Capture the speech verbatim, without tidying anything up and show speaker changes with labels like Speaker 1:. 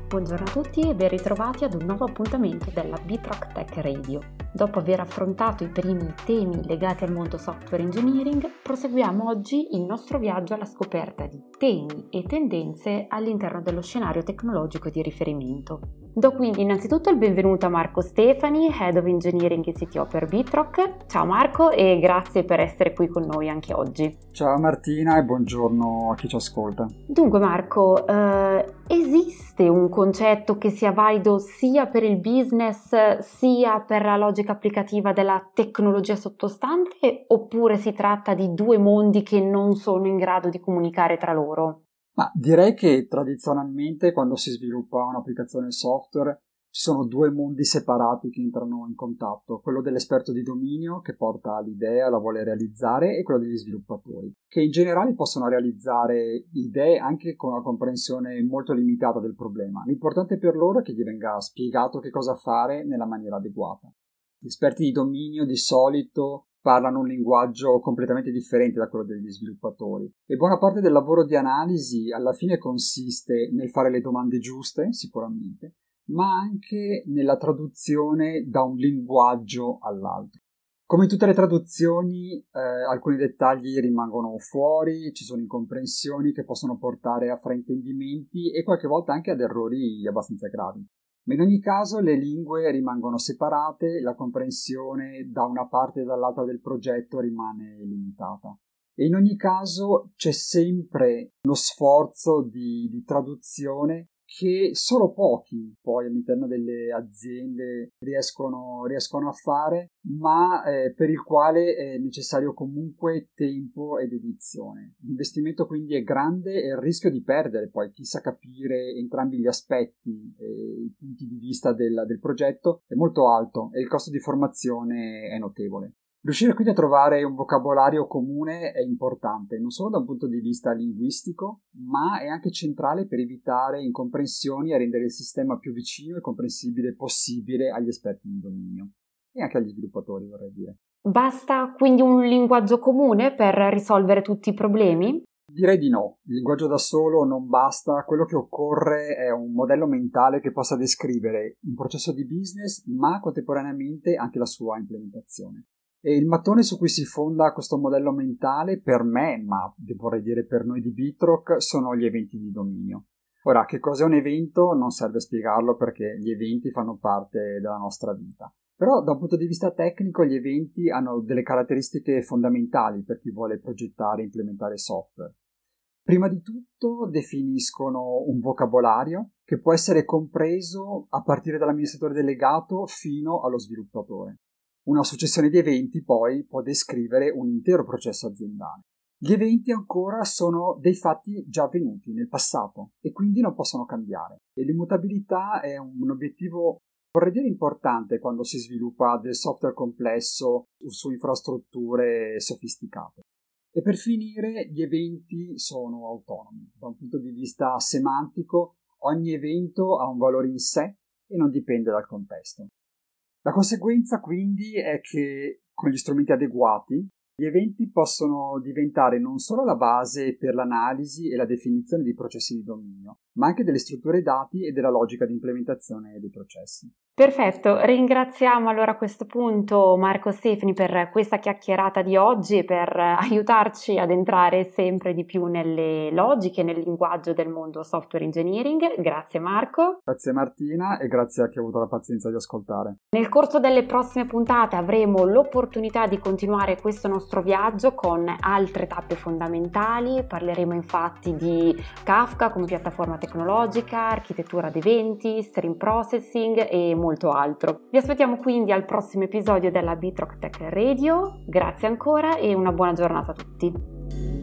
Speaker 1: Buongiorno a tutti e ben ritrovati ad un nuovo appuntamento della Bitrock Tech Radio. Dopo aver affrontato i primi temi legati al mondo software engineering, proseguiamo oggi il nostro viaggio alla scoperta di temi e tendenze all'interno dello scenario tecnologico di riferimento. Do quindi innanzitutto il benvenuto a Marco Stefani, Head of Engineering e C T O per Bitrock. Ciao Marco e grazie per essere qui con noi anche oggi.
Speaker 2: Ciao Martina e buongiorno a chi ci ascolta.
Speaker 1: Dunque Marco, eh, esiste un concetto che sia valido sia per il business sia per la logica applicativa della tecnologia sottostante, oppure si tratta di due mondi che non sono in grado di comunicare tra loro?
Speaker 2: Ma direi che tradizionalmente quando si sviluppa un'applicazione software ci sono due mondi separati che entrano in contatto, quello dell'esperto di dominio che porta l'idea, la vuole realizzare, e quello degli sviluppatori, che in generale possono realizzare idee anche con una comprensione molto limitata del problema. L'importante per loro è che gli venga spiegato che cosa fare nella maniera adeguata. Gli esperti di dominio di solito parlano un linguaggio completamente differente da quello degli sviluppatori e buona parte del lavoro di analisi alla fine consiste nel fare le domande giuste, sicuramente, ma anche nella traduzione da un linguaggio all'altro. Come in tutte le traduzioni, eh, alcuni dettagli rimangono fuori, ci sono incomprensioni che possono portare a fraintendimenti e qualche volta anche ad errori abbastanza gravi. Ma in ogni caso le lingue rimangono separate, la comprensione da una parte e dall'altra del progetto rimane limitata. E in ogni caso c'è sempre uno sforzo di, di traduzione che solo pochi poi all'interno delle aziende riescono, riescono a fare, ma eh, per il quale è necessario comunque tempo ed edizione. L'investimento quindi è grande e il rischio di perdere poi chi sa capire entrambi gli aspetti e i punti di vista del, del progetto è molto alto e il costo di formazione è notevole. Riuscire quindi a trovare un vocabolario comune è importante, non solo da un punto di vista linguistico, ma è anche centrale per evitare incomprensioni e rendere il sistema più vicino e comprensibile possibile agli esperti di dominio e anche agli sviluppatori, vorrei dire.
Speaker 1: Basta quindi un linguaggio comune per risolvere tutti i problemi?
Speaker 2: Direi di no, il linguaggio da solo non basta, quello che occorre è un modello mentale che possa descrivere un processo di business, ma contemporaneamente anche la sua implementazione. E il mattone su cui si fonda questo modello mentale per me, ma vorrei dire per noi di Bitrock, sono gli eventi di dominio. Ora, che cos'è un evento? Non serve spiegarlo perché gli eventi fanno parte della nostra vita. Però da un punto di vista tecnico gli eventi hanno delle caratteristiche fondamentali per chi vuole progettare e implementare software. Prima di tutto definiscono un vocabolario che può essere compreso a partire dall'amministratore delegato fino allo sviluppatore. Una successione di eventi poi può descrivere un intero processo aziendale. Gli eventi ancora sono dei fatti già avvenuti nel passato e quindi non possono cambiare. E l'immutabilità è un obiettivo, vorrei dire, importante quando si sviluppa del software complesso su infrastrutture sofisticate. E per finire, gli eventi sono autonomi. Da un punto di vista semantico, ogni evento ha un valore in sé e non dipende dal contesto. La conseguenza quindi è che con gli strumenti adeguati gli eventi possono diventare non solo la base per l'analisi e la definizione di processi di dominio, ma anche delle strutture dati e della logica di implementazione dei processi.
Speaker 1: Perfetto, ringraziamo allora a questo punto Marco Stefani per questa chiacchierata di oggi e per aiutarci ad entrare sempre di più nelle logiche, nel linguaggio del mondo software engineering. Grazie Marco.
Speaker 2: Grazie Martina e grazie a chi ha avuto la pazienza di ascoltare.
Speaker 1: Nel corso delle prossime puntate avremo l'opportunità di continuare questo nostro viaggio con altre tappe fondamentali. Parleremo infatti di Kafka come piattaforma tecnologica, architettura ad eventi, stream processing e molto altro. Vi aspettiamo quindi al prossimo episodio della Bitrock Tech Radio. Grazie ancora e una buona giornata a tutti.